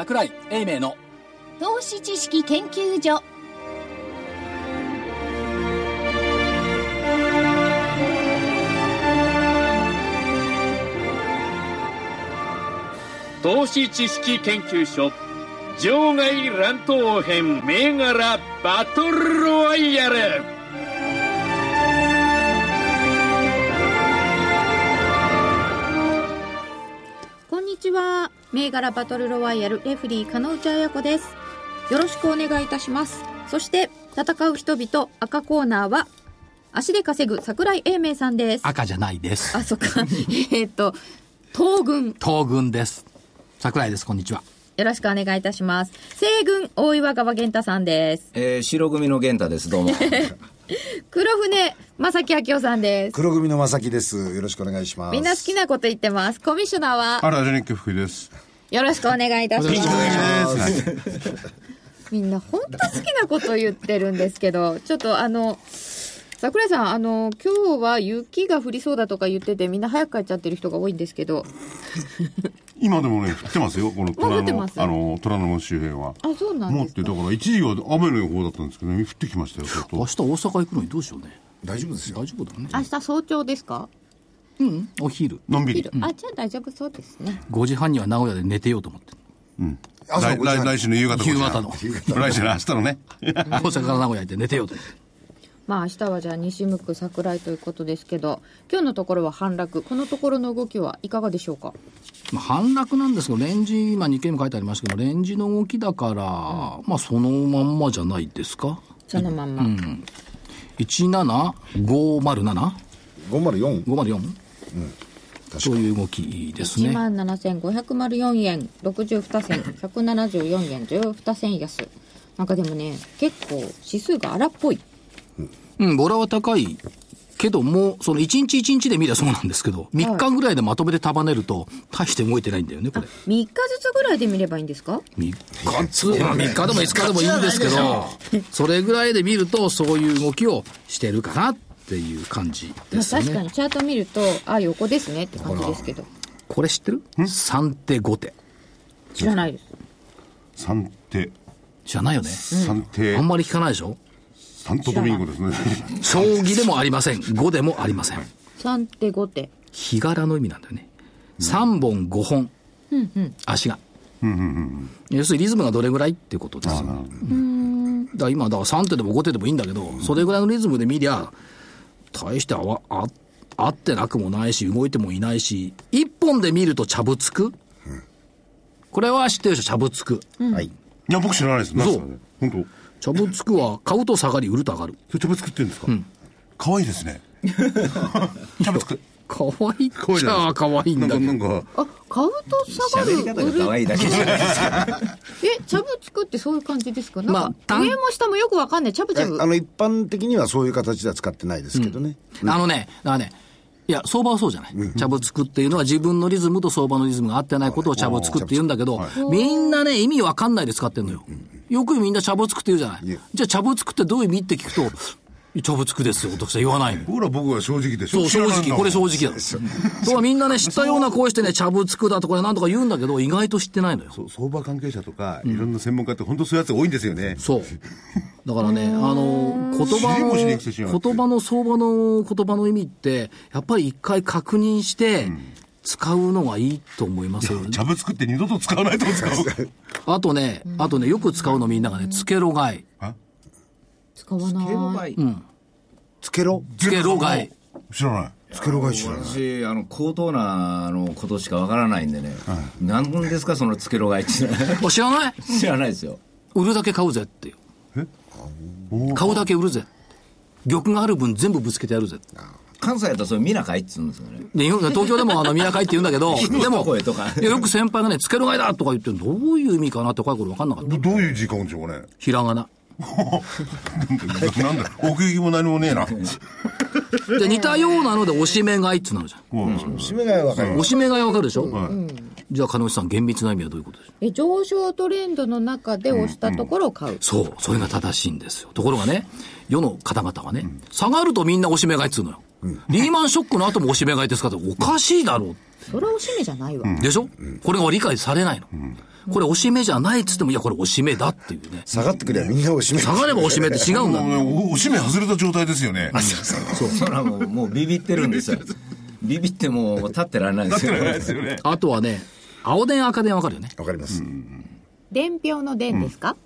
櫻井英明の投資知識研究所。 投資知識研究所場外乱闘編銘柄バトルロワイヤル。 こんにちは。銘柄バトルロワイヤルレフリー金内彩子です。よろしくお願いいたします。そして戦う人々赤コーナーは足で稼ぐ櫻井英明さんです。 赤じゃないです。 あ、そっか東軍です。櫻井です。こんにちは。 よろしくお願いいたします。西軍大岩川源太さんです。 白組の源太です。どうも。 黒船正木明夫さんです。 黒組の正木です。よろしくお願いします。 みんな好きなこと言ってます。コミッショナーは原田日記福井です。 よろしくお願いいたします。 はい、 みんな本当好きなこと言ってるんですけど、ちょっと櫻井さん、今日は雪が降りそうだとか言ってて、みんな早く帰っちゃってる人が多いんですけど。 今でもね、降ってますよ。この虎ノ門周辺は。 あ、そうなんですか。 もうって、だから一時は雨の予報だったんですけどね、降ってきましたよ。 明日大阪行くのにどうしようね。 大丈夫ですよ。 大丈夫だね。 明日早朝ですか？ お昼。 のんびり。 あ、じゃあ大丈夫そうですね。 5時半には名古屋で寝てようと思ってる。 来週の夕方の。 来週の明日のね。 大阪から名古屋行って寝てようと思って。 まあ明日はじゃあ西向く桜井ということですけど、今日のところは反落。このところの動きはいかがでしょうか？ 反落なんですけど、レンジ、今日経にも書いてありましたけど、レンジの動きだから、まあそのまんまじゃないですか。 そのまんま。 17507 504 そういう動きですね。 17,504円62銭174円12銭安。なんかでもね、結構指数が荒っぽい。 ボラは高いけども、その1日1日で見ればそうなんですけど、3日ぐらいでまとめて束ねると大して動いてないんだよね、これ。 3日ずつぐらいで見ればいいんですか ？3日でも5日でもいいんですけど、それぐらいで見るとそういう動きをしてるかなっていう感じですね。 確かにチャート見ると、あ、横ですねって感じですけど。 これ知ってる？3手5手。 知らないです。 3手。 知らないよね。 3手。 あんまり聞かないでしょ？ サントドミンゴですね。 将棋でもありません。5でもありません。 3手5手。 日柄の意味なんだよね。3本5本。足が。要するにリズムがどれぐらいっていうことですよ。だから今、だから3手でも5手でもいいんだけど、それぐらいのリズムで見りゃ、大して合ってなくもないし、動いてもいないし、1本で見ると茶ぶつく。これは知ってるでしょ、茶ぶつく。 はい。 いや、僕知らないです。そう。本当。 茶ぶつくは買うと下がり売ると上がる。 それ茶ぶつくって言うんですか？かわいいですね。茶ぶつく。 かわいいっちゃかわいいんだけど。 なんかあ、買うと下がる。 喋り方がかわいいだけじゃないですか。 茶ぶつくってそういう感じですか？なんか、 上も下もよくわかんない。茶ぶちゃぶ。 一般的にはそういう形では使ってないですけどね。 だからね、いや、相場はそうじゃない。茶ぶつくっていうのは自分のリズムと相場のリズムが合ってないことを茶ぶつくって言うんだけど、みんなね、意味わかんないで使ってんのよ。よくみんな茶ぶつくって言うじゃない。じゃあ茶ぶつくってどういう意味って聞くと、茶ぶつくですよとしか言わないの。 僕は正直でしょ。 そう、正直。これ正直だ。だからみんなね、知ったような声してね、茶ぶつくだとかなんとか言うんだけど、意外と知ってないのよ。 相場関係者とか、いろんな専門家って本当そういうやつ多いんですよね。 そう。だからね、言葉の相場の言葉の意味って、やっぱり一回確認して、使うのがいいと思いますよね。 茶ぶつくって二度と使わないと使う。 あとね、よく使うのみんながね、つけろ買い。 使わない。 つけろ買い。 知らない。 つけろ買い知らない。 私、高等なことしかわからないんでね。何分ですか、そのつけろ買いって。 知らない？ 知らないですよ。 売るだけ買うぜっていう。買うだけ売るぜ。玉がある分全部ぶつけてやるぜ。 関西だとそれミラ買いって言うんですよね。 東京でもミラ買いって言うんだけど、でも、 声とかよく先輩がね、つけろ買いだとか言ってどういう意味かなってこれ分かんなかった。 どういう字書くんでしょうかね。 ひらがな。 なんだ、奥行きも何もねえな。 で、似たようなので、押し目買いってなるじゃん。 押し目買いわかる。 押し目買いわかるでしょ？じゃあ、金内さん、厳密な意味はどういうことでしょう？ 上昇トレンドの中で押したところを買う。 そう、それが正しいんですよ。ところがね、世の方々はね、下がるとみんな押し目買いっつうのよ。リーマンショックの後も押し目買いですかっておかしいだろう。 それは押し目じゃないわ。 でしょ？これが理解されないの。 これおしめじゃないっつっても、いや、これおしめだっていうね。 下がってくればみんなおしめ。 下がればおしめって違うんだ。 おしめ外れた状態ですよね。 そらもうビビってるんですよ。ビビってもう立ってられないですよ。 あとはね、青電赤電わかるよね。 わかります。 伝票の伝ですか？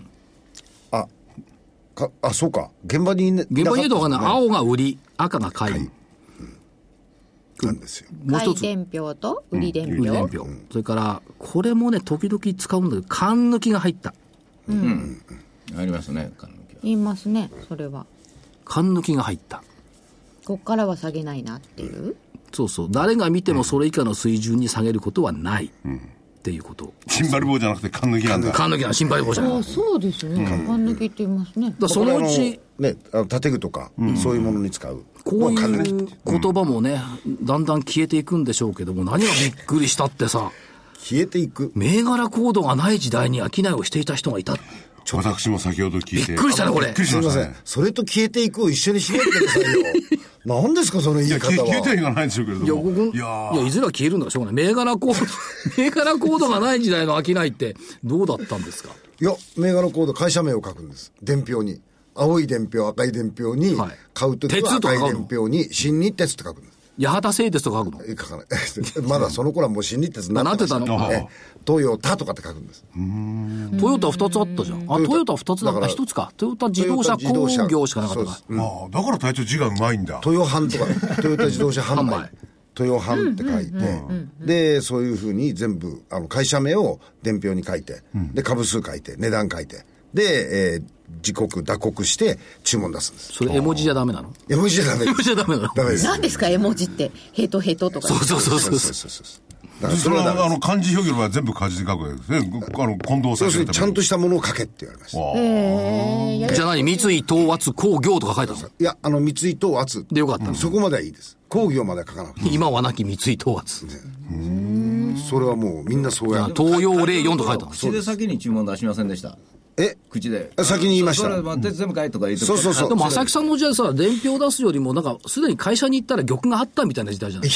そうか。現場に言うとわかんない。青が売り、赤が買い。 なんですよ。 もう一つ。 買い伝票と売り伝票。 売り伝票。それから、これもね、時々使うんだけど、缶抜きが入った。 ありますね、缶抜きは。 言いますね、それは。 缶抜きが入った。 こっからは下げないなっていう。 そうそう。誰が見てもそれ以下の水準に下げることはない。っていうこと。 シンバル棒じゃなくて缶抜きなんだ。 缶抜きはシンバル棒じゃない。 そうですね。缶抜きって言いますね。 そのうちね、建具とか、そういうものに使う。 こういう言葉もね、だんだん消えていくんでしょうけども、何がびっくりしたってさ、 消えていく。 銘柄コードがない時代に商いをしていた人がいた。 私も先ほど聞いて。 びっくりしたね、これ。 びっくりしましたすいません。それと消えていくを一緒にしないでくださいよ。何ですか、その言い方は。 消えてはいかないんでしょうけれども。 いや、いずれは消えるんだからしょうがない。銘柄コードがない時代の商いってどうだったんですか？ いや、銘柄コード、会社名を書くんです。伝票に。青い伝票、赤い伝票に、買うときは赤い伝票に、新日鉄って書くんです。 八幡製鉄とか書くの？ 書かない。まだその頃はもう新日鉄になってました。 なってたの？ トヨタとかって書くんです。 トヨタ2つあったじゃん。トヨタ2つだった1つか。トヨタ自動車工業しかなかったか。 だから隊長字がうまいんだ。 トヨハンとか、トヨタ自動車販売。トヨハンって書いて、で、そういうふうに全部、会社名を伝票に書いて、で、株数書いて、値段書いて、で、時刻、打刻して注文出すんです。 それ絵文字じゃダメなの？ 絵文字じゃダメです。 絵文字じゃダメなの？ ダメです。 何ですか絵文字って。ヘトヘトとか。 そう。 だからそれは漢字表記の場合は全部漢字で書くわけですね。混同させるために。 ちゃんとしたものを書けって言われました。 じゃあ何？三井東圧工業とか書いたの？ いや、三井東圧。 でよかったの？ そこまではいいです。工業までは書かなくて。 今はなき三井東圧。 それはもうみんなそうやって。 東洋04と書いたの？ 口で先に注文出しませんでした。口で。 先に言いました。 それは全部書いとか言うと。 そう。 でも、浅木さんの時代さ、伝票出すよりも、なんか、すでに会社に行ったら玉があったみたいな時代じゃない？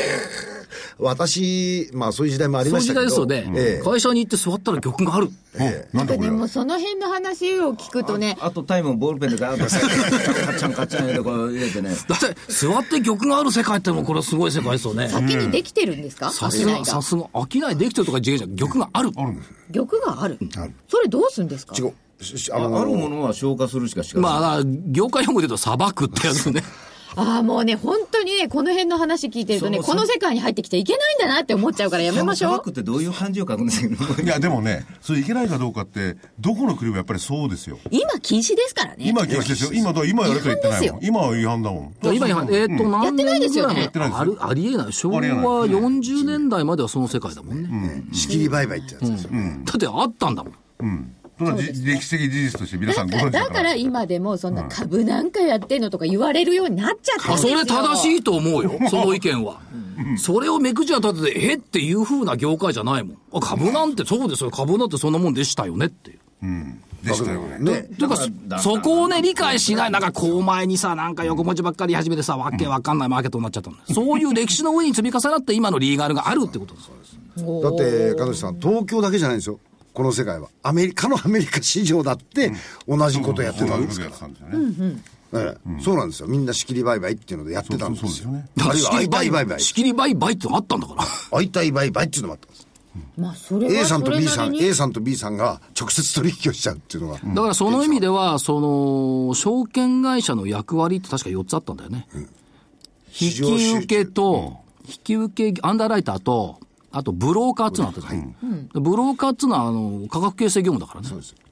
私、まあそういう時代もありましたけど。 そういう時代ですよね。会社に行って座ったら玉がある。 なんだこれ。 でもその辺の話を聞くとね。 あとタイムボールペンでガーッとカッチャンカッチャンでこう入れてね。 だって座って玉がある世界ってもうこれはすごい世界ですよね。 先にできてるんですか？ さすが商いできてるとか違うじゃん。玉がある。 玉がある。それどうするんですか？ あるものは消化するしかしかない。 まあ業界用語で言うとさばくってやつね。 もうね、本当にね、この辺の話聞いてるとね、この世界に入ってきちゃいけないんだなって思っちゃうからやめましょう。 砂漠ってどういう漢字を書くんですか？ いや、でもね、それいけないかどうかって、どこの国もやっぱりそうですよ。 今禁止ですからね。 今禁止ですよ。今やれと言ってないもん。今は違反だもん。 今違反。 やってないですよね。 ありえない。昭和40年代まではその世界だもんね。 仕切り売買ってやつですよ。 だってあったんだもん。 歴史的事実として皆さんご存知だから今でもそんな株なんかやってんのとか言われるようになっちゃったんですよ。 それ正しいと思うよ、その意見は。それを目くじを立てて、っていう風な業界じゃないもん。株なんてそうですよ、株なんてそんなもんでしたよねっていう。 でしたよね。 というか、そこをね、理解しない。なんか、こう前にさ、なんか横文字ばっかり言い始めてさ、わけわかんないマーケットになっちゃったんだ。そういう歴史の上に積み重なって今のリーガルがあるってことです。 だって、加藤さん、東京だけじゃないんですよ。この世界は。アメリカ市場だって、同じことやってたんですから。そうなんですよ。みんな仕切り売買っていうのでやってたんですよ。 あるいは相対売買。仕切り売買ってあったんだから。 相対売買っていうのもあったんです。 まあ、それは A さんと B さん、A さんと B さんが直接取引をしちゃうっていうのが。 だからその意味では、証券会社の役割って確か4つあったんだよね。引き受けと、アンダーライターと、あとブローカーっていうのがあったじゃん。ブローカーっていうのは価格形成業務だからね。そうです。 だ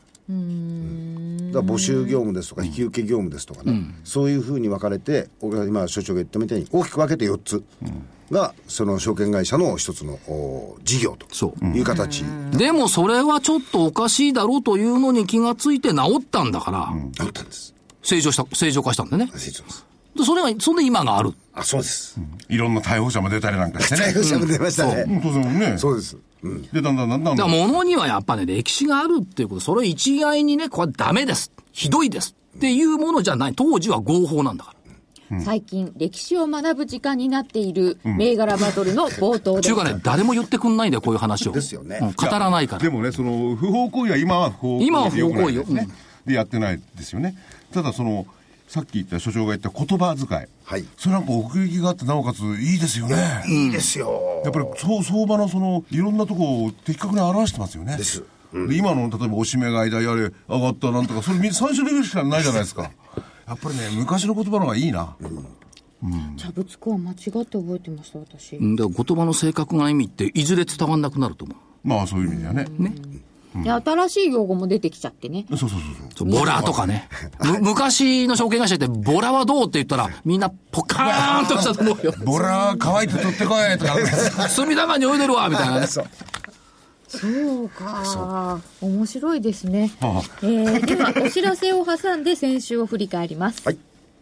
から募集業務ですとか引き受け業務ですとかね、そういうふうに分かれて、今所長が言ったみたいに大きく分けて4つがその証券会社の一つの事業という形、 でもそれはちょっとおかしいだろうというのに気がついて治ったんだから、 治ったんです。 正常化したんでね。 正常です。 それで今がある。 そうです。 いろんな逮捕者も出たりなんかしてね。 逮捕者も出ましたね。 当然ね。 そうです。 で、だんだん。 だから物にはやっぱね、歴史があるっていうこと、それを一概にね、これはダメです。ひどいです。っていうものじゃない。当時は合法なんだから。 最近歴史を学ぶ時間になっている銘柄バトルの冒頭です。 というかね、誰も言ってくんないんだよ、こういう話を。 ですよね。 語らないから。 でもね、その不法行為は今は不法行為よ、ね、でやってないですよね。たださっき言った所長が言った言葉遣い、はい、それなんか奥行きがあってなおかついいですよね。 いいですよ。 やっぱり相場のいろんなところを的確に表してますよね。 です。 で今の例えばおしめ買いだやれ上がったなんとかそれ3種類しかないじゃないですか。やっぱりね昔の言葉の方がいいな。 じゃあぶつくは間違って覚えてました私。 で言葉の正確な意味っていずれ伝わんなくなると思う。 まあそういう意味ではね。 で新しい用語も出てきちゃってね。 そうボラとかね。昔の証券会社ってボラはどうって言ったらみんなポカーンとしたと思うよ。 ボラ乾いて取ってこいとか隅田川に泳いでるわみたいなね。 そうか。面白いですね。ではお知らせを挟んで先週を振り返ります。はい。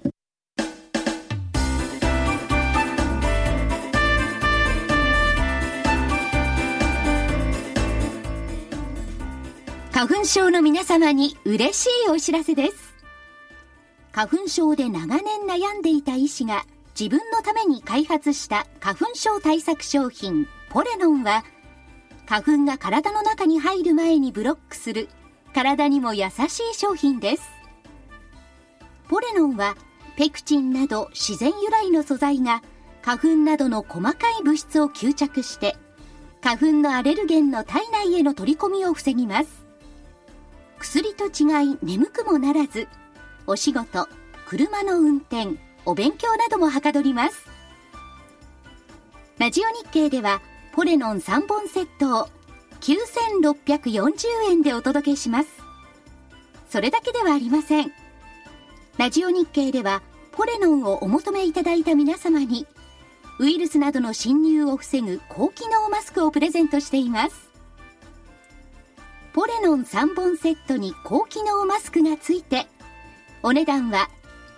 花粉症の皆様に嬉しいお知らせです。花粉症で長年悩んでいた医師が自分のために開発した花粉症対策商品ポレノンは、花粉が体の中に入る前にブロックする体にも優しい商品です。ポレノンはペクチンなど自然由来の素材が花粉などの細かい物質を吸着して花粉のアレルゲンの体内への取り込みを防ぎます。薬と違い眠くもならず、お仕事、車の運転、お勉強などもはかどります。ラジオ日経ではポレノン3本セットを9640円でお届けします。それだけではありません。ラジオ日経ではポレノンをお求めいただいた皆様にウイルスなどの侵入を防ぐ高機能マスクをプレゼントしています。ポレノン3本セットに高機能マスクがついてお値段は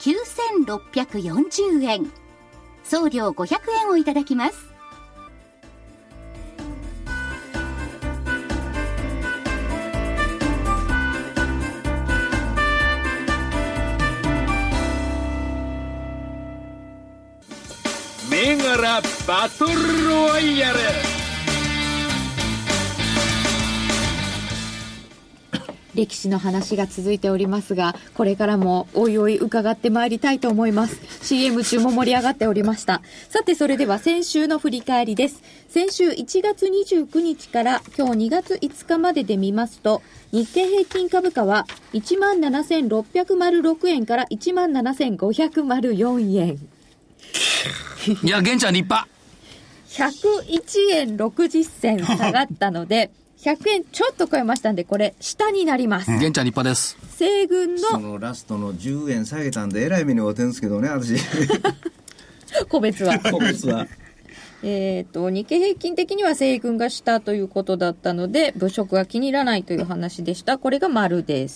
9640円、送料500円をいただきます。 銘柄バトルロワイヤル。 歴史の話が続いておりますが、これからもおいおい伺ってまいりたいと思います。 CM 中も盛り上がっておりました。さてそれでは先週の振り返りです。先週1月29日から今日2月5日までで見ますと、日経平均株価は 17,606 円から 17,504 円いや玄ちゃん立派。 101円60銭下がったので100円ちょっと超えましたんで、これ下になります。 玄ちゃん立派です。 西軍のそのラストの10円下げたんでえらい目に遭ってんですけどね、私個別は日経平均的には西軍が下ということだったので物色は気に入らないという話でした。これが丸です。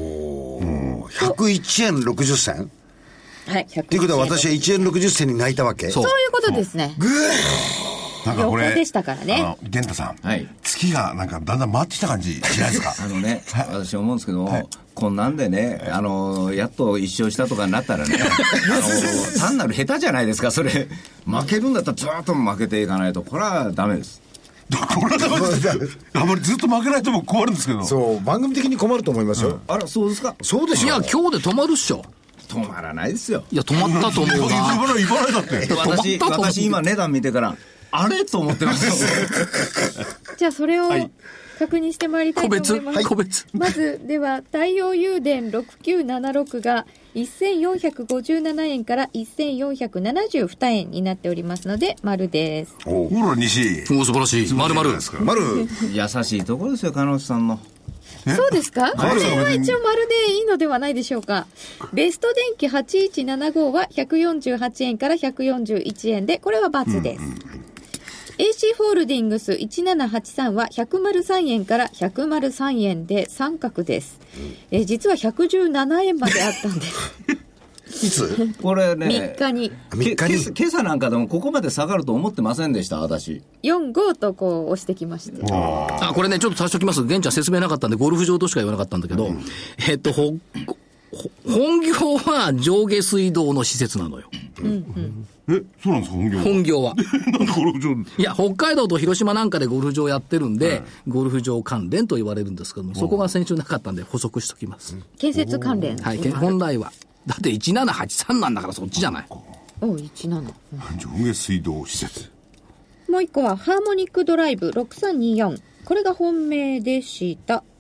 101円60銭、 はい、 っていうことは私は1円60銭に泣いたわけ。 そういうことですね。 なんかこれでしたからね。 玄太さん、 はい、 月がなんかだんだん回ってきた感じしないですかね、私思うんですけど、こんなんでね、やっと一勝したとかになったらね単なる下手じゃないですか。それ負けるんだったらずっと負けていかないと、これはダメです。 これはダメです。あんまりずっと負けないとも困るんですけど。 そう番組的に困ると思いますよ。 あらそうですか。 そうでしょ。 いや今日で止まるっしょ。 止まらないですよ。 いや止まったと思うな。 私今値段見てからあれと思ってますよじゃあそれを確認してまいりたいと思います。 個別まずでは太陽誘電6976が1457円から1472円になっておりますので丸です。 ほら西素晴らしい。丸優しいところですよ、金内さんの。 そうですか。これは一応丸でいいのではないでしょうか。ベスト電機8175は148円から141円で、これは×です。AC ホールディングス1783は103円から103円で三角です。実は117円まであったんですいつこれね 3日に今朝なんかでもここまで下がると思ってませんでした。私 45とこう押してきまして、 これねちょっと足しときます。玄ちゃん説明なかったんでゴルフ場としか言わなかったんだけど、 本業は上下水道の施設なのよ。 そうなんですか、 本業は。 なんでゴルフ場いや、北海道と広島なんかでゴルフ場やってるんで、ゴルフ場関連と言われるんですけども、そこが先週なかったんで補足しときます。 建設関連。 はい、本来は。だって1783なんだからそっちじゃない。 17。 上下水道施設。 もう一個はハーモニックドライブ6324。これが本命でした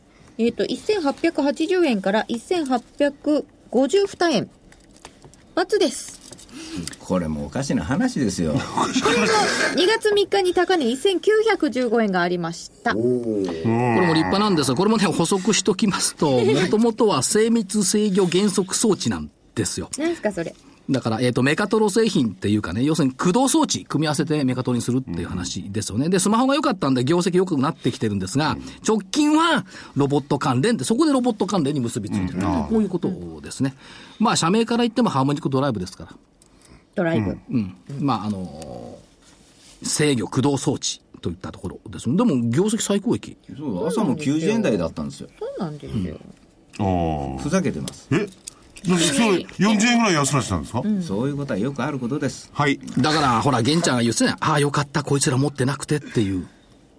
。1880円から1852円。×です。 これもおかしな話ですよ。 これも2月3日に高値1915円がありました。 これも立派なんですが、これもね、補足しときますと、もともとは精密制御減速装置なんですよ。 何ですか、それ。 だから、メカトロ製品っていうかね、要するに駆動装置組み合わせてメカトロにするっていう話ですよね。で、スマホが良かったんで業績良くなってきてるんですが、直近はロボット関連で、そこでロボット関連に結びついてる。こういうことですね。まあ、社名から言ってもハーモニックドライブですから。 ドライブ。 まあ、制御駆動装置といったところです。でも、業績最高益。 そう、朝も90円台だったんですよ。 そうなんですよ。 ふざけてます。 それ40円ぐらい安らしたんですか、 そういうことはよくあることです。 はい。 だから、ほら、玄ちゃんが言ってたね。ああ、よかった、こいつら持ってなくてっていう。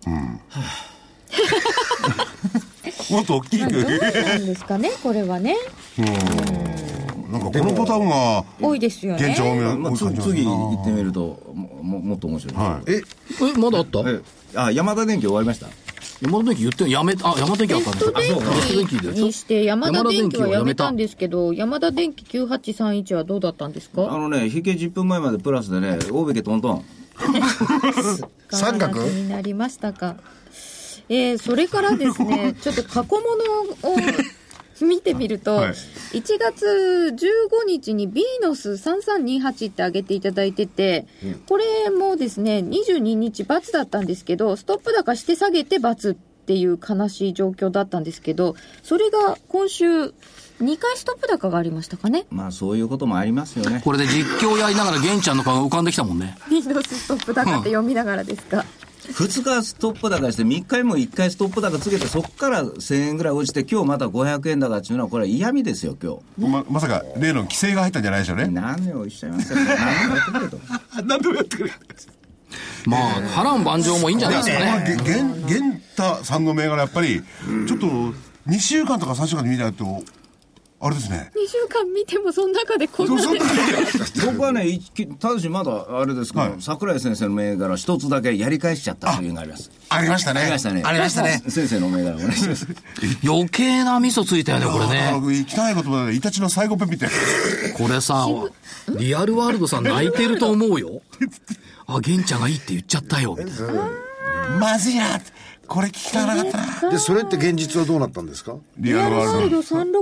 もっと大きい。どうなんですかね、これはね。 なんかこのパターンが多いですよね。 現地多い感じ次行ってみるともっと面白いです。 まだあった山田電機終わりました。 山田電機言って山田電機あったんですよ。 ベスト電機にして山田電機はやめたんですけど、山田電機9831はどうだったんですか？ 引け10分前までプラスでね、大べけトントン。 三角になりましたか。それからですね、ちょっと過去物を見てみると、1月15日にビーノス3328って上げていただいてて、これもですね、22日×だったんですけど、ストップ高して下げて×っていう悲しい状況だったんですけど、それが今週2回ストップ高がありましたかね。 まあそういうこともありますよね。 これで実況やりながら玄ちゃんの顔が浮かんできたもんね。 ビーノスストップ高って読みながらですか。 2日ストップ高して3日も1回ストップ高つけて、そこから1000円ぐらい落ちて、今日また500円高っていうのはこれは嫌味ですよ今日。まさか例の規制が入ったんじゃないでしょうね。 何をおっしゃいますか。何でもやってくれと。 何でもやってくれ。 まあ波乱万丈もいいんじゃないですかね。 玄太さんの銘柄やっぱりちょっと2週間とか3週間で見ないとあれですね。 2週間見てもその中でこんなで僕はね、ただしまだあれですけど、桜井先生の銘柄一つだけやり返しちゃったというのがあります。 ありましたね。 ありましたね。 ありましたね。 先生の銘柄お願いします。 余計な味噌ついたよね、これね。 汚い言葉でイタチの最後ペンみたいな。 これさ、リアルワールドさん泣いてると思うよ。あ、玄ちゃんがいいって言っちゃったよみたいな。 まずいな。これ聞きたくなかったな。 で、それって現実はどうなったんですか？ リアルワールド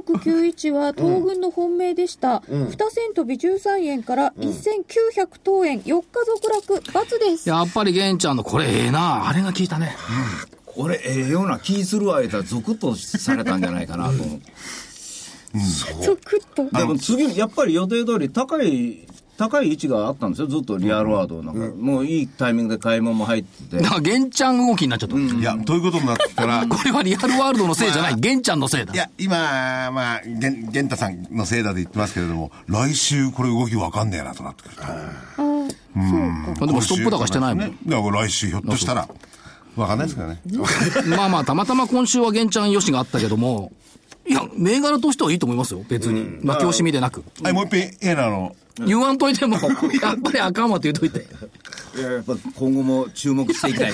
3691は東軍の本命でした。2千飛び13円から1900等円、4日続落、×です。 やっぱり玄ちゃんのこれな、あれが効いたね。 これような気するわ、ゾクッとされたんじゃないかなと思う。 ゾクッと。 でも次、やっぱり予定通り高い位置があったんですよ、ずっとリアルワードなんか、もういいタイミングで買い物も入ってて、 だから玄ちゃん動きになっちゃった、 いや、ということになってきたらこれはリアルワールドのせいじゃない、玄ちゃんのせいだ。 いや、今、まあ、玄太さんのせいだと言ってますけれども、来週これ動き分かんねえなとなってくると。 そうか。でもストップ高してないもん。 だから来週ひょっとしたら分かんないですからね。 まあまあ、たまたま今週は玄ちゃんよしがあったけども、いや、銘柄としてはいいと思いますよ、別に。負け惜しみでなく。 はい、もう一遍、 言わんといても、やっぱりあかんわって言うといて。 いや、やっぱ今後も注目していきたいと。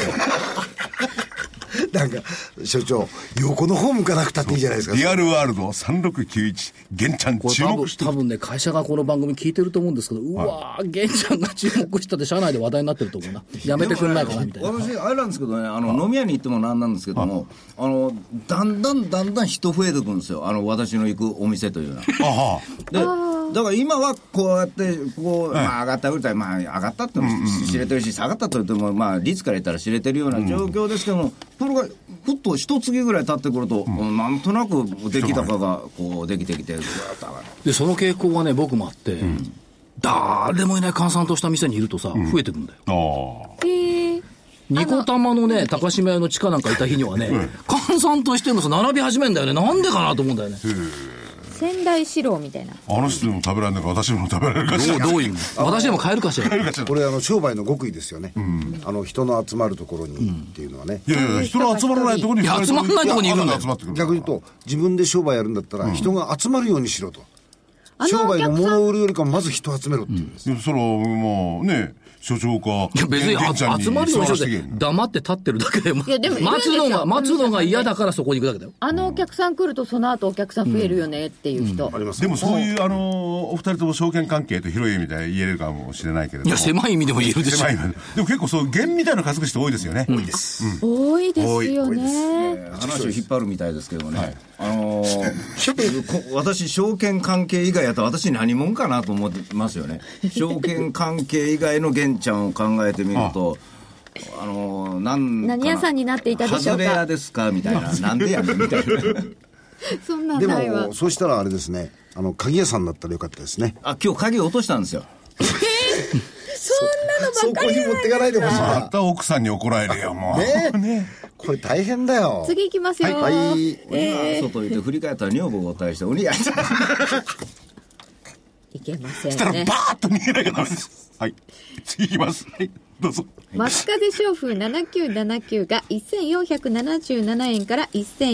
なんか、所長、横の方向かなくたっていいじゃないですか。 リアルワールド3691、玄ちゃん注目して。 多分ね、会社がこの番組聞いてると思うんですけど、うわー、玄ちゃんが注目したって社内で話題になってると思うな。やめてくんないかな、みたいな。 私、あれなんですけどね、飲み屋に行ってもなんなんですけども、だんだん人増えてくるんですよ。私の行くお店というのは。で、だから今はこうやって、まあ上がったぐらい、まあ上がったっても知れてるし、下がったと言っても、まあ率から言ったら知れてるような状況ですけども、それがふっと一月ぐらい経ってくると、なんとなく出来高がこうできてきて、 で、その傾向はね、僕もあって、誰もいない閑散とした店にいるとさ、増えてくんだよ。ニコ玉のね、高島屋の地下なんかいた日にはね、閑散としてるのさ、並び始めるんだよね。なんでかなと思うんだよね。 仙台四郎みたいな。 あの人でも食べられないから私でも食べられるかしら。 どういう私でも買えるかしら。 これ商売の極意ですよね、人の集まるところにっていうのはね。 いや人の集まらないところに集まらないところにいるんだよ。 逆に言うと自分で商売やるんだったら人が集まるようにしろと、商売のものを売るよりかまず人を集めろっていうんです。 それはもうね、所長か。 いや別に集まるようにして黙って立ってるだけで、待つのが嫌だからそこに行くだけだよ。 お客さん来るとその後お客さん増えるよねっていう人。 でもそういうお二人とも証券関係と広い意味で言えるかもしれないけれども。 いや狭い意味でも言えるでしょ。 でも結構そう弦みたいな担ぐ人多いですよね。 多いです。 多いですよね。 話を引っ張るみたいですけどね。私証券関係以外やと私何者かなと思ってますよね。証券関係以外の玄ちゃんを考えてみると、 何屋さんになっていたでしょうか。 外れ屋ですかみたいな。なんでやねんみたいな。 そんなないわ。 でもそうしたらあれですね、鍵屋さんだったらよかったですね。 今日鍵落としたんですよ。 そんなのばっかりじゃないですか。 そこに持ってかないでほしい。 また奥さんに怒られるよもう。ね。 これ大変だよ。 次行きますよ。 はい。 外行って振り返ったら女房がお対しておにやいけませんね。 したらバーッと逃げなきゃダメです。はい。次行きます。はい。どうぞ。 松風商風7979が1477円から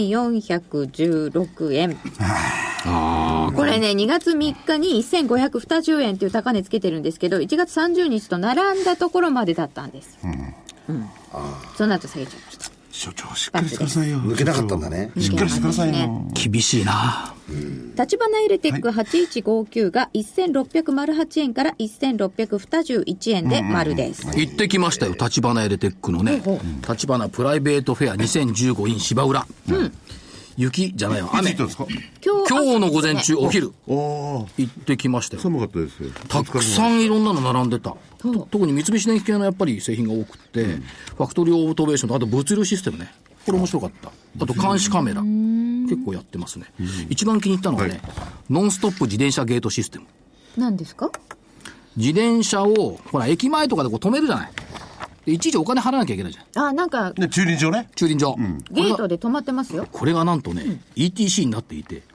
1416円。これね、2月3日に1520円という高値つけてるんですけど、1月30日と並んだところまでだったんです。その後下げちゃいました。 所長しっかりしてくださいよ。 抜けなかったんだね。 しっかりしてくださいよ。 厳しいな。 立花エレテック8159が1608円から1621円で丸です。 行ってきましたよ、立花エレテックのね、立花プライベートフェア2015 in 芝浦。雪じゃないよ、雨。今日の午前中、お昼行ってきましたよ。 寒かったですよ。 たくさんいろんなの並んでた。特に三菱電機系のやっぱり製品が多くて、ファクトリーオートベーションと、あと物流システムね、これ面白かった。あと監視カメラ結構やってますね。一番気に入ったのはね、ノンストップ自転車ゲートシステム。 何ですか？ 自転車をほら駅前とかでこう止めるじゃない。でいちいちお金払わなきゃいけないじゃん。 なんか駐輪場ね。 駐輪場、 ゲートで止まってますよ。 これがなんとね、ETC になっていて、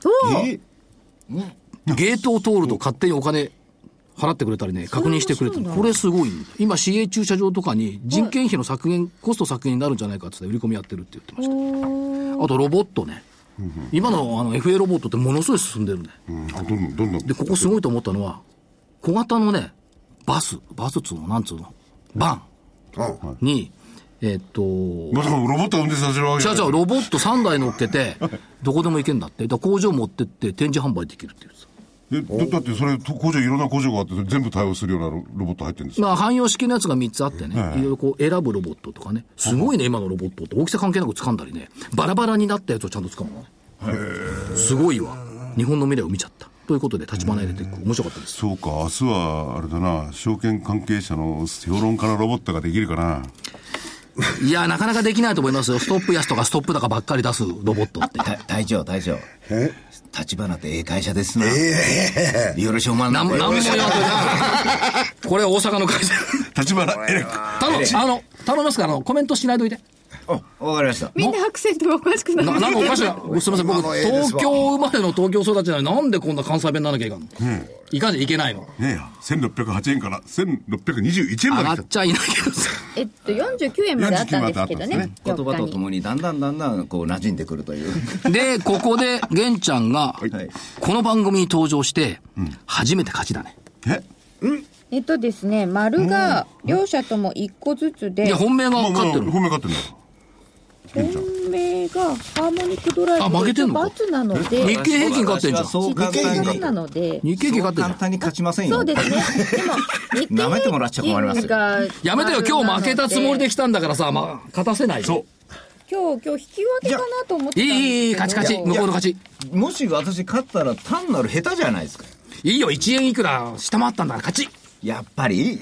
ゲートを通ると勝手にお金払ってくれたりね、確認してくれてる。これすごいんだ。今市営駐車場とかに人件費の削減、コスト削減になるんじゃないかって言って売り込みやってるって言ってました。あとロボットね、今のFA ロボットってものすごい進んでるんで、 どんどんでここすごいと思ったのは、小型のねバスっつうの、なんつうの、バンにまさかロボットが運転させるわけじゃない。 ロボット3台乗っけてどこでも行けんだって。だから工場持ってって展示販売できるっていうさ。 だってそれ工場いろんな工場があって全部対応するようなロボット入ってるんですか。 汎用式のやつが3つあってね、いろいろこう選ぶロボットとかね、すごいね今のロボットって大きさ関係なく掴んだりね、バラバラになったやつをちゃんと掴むのね。すごいわ。日本の未来を見ちゃったということで、立花エレテック面白かったです。 そうか、明日はあれだな、証券関係者の評論家のロボットができるかな。 いやなかなかできないと思いますよ。ストップ安とかストップ高ばっかり出すロボットって。 隊長立花ってええ会社ですな。よろしくおまんな。 何も言わんといな。これは大阪の会社。 立花エレ頼みますからコメントしないといて。 わかりました。 みんなアクセントがおかしくなる。 なんかおかしいな。すみません、僕東京生まれの東京育ちなのになんでこんな関西弁にならなきゃいかんの。いかんじゃいけないの。 ねえ、1608円から1621円まで上がっちゃいないけど。49円まであったんですけどね。 言葉とともにだんだんこう馴染んでくるという。 でここで玄ちゃんがこの番組に登場して初めて勝ちだね。 ですね、丸が両者とも1個ずつで。 いや本命が勝ってる。 本命勝ってるんだ。 本命がハーモニックドライブ負けてんのか。 ×なので日経平均勝ってんじゃん。 そう簡単になので日経平均勝ってんじゃん。 簡単に勝ちませんよ。 そうですね。でも日経舐めてもらっちゃ困りますよ。 やめてよ、今日負けたつもりで来たんだからさ、勝たせないで。 そう。 今日引き分けかなと思ってたんですけど。 いい勝ち向こうの勝ち。 もし私勝ったら単なる下手じゃないですか。 いいよ、1円いくら下回ったんだから勝ち。 やっぱり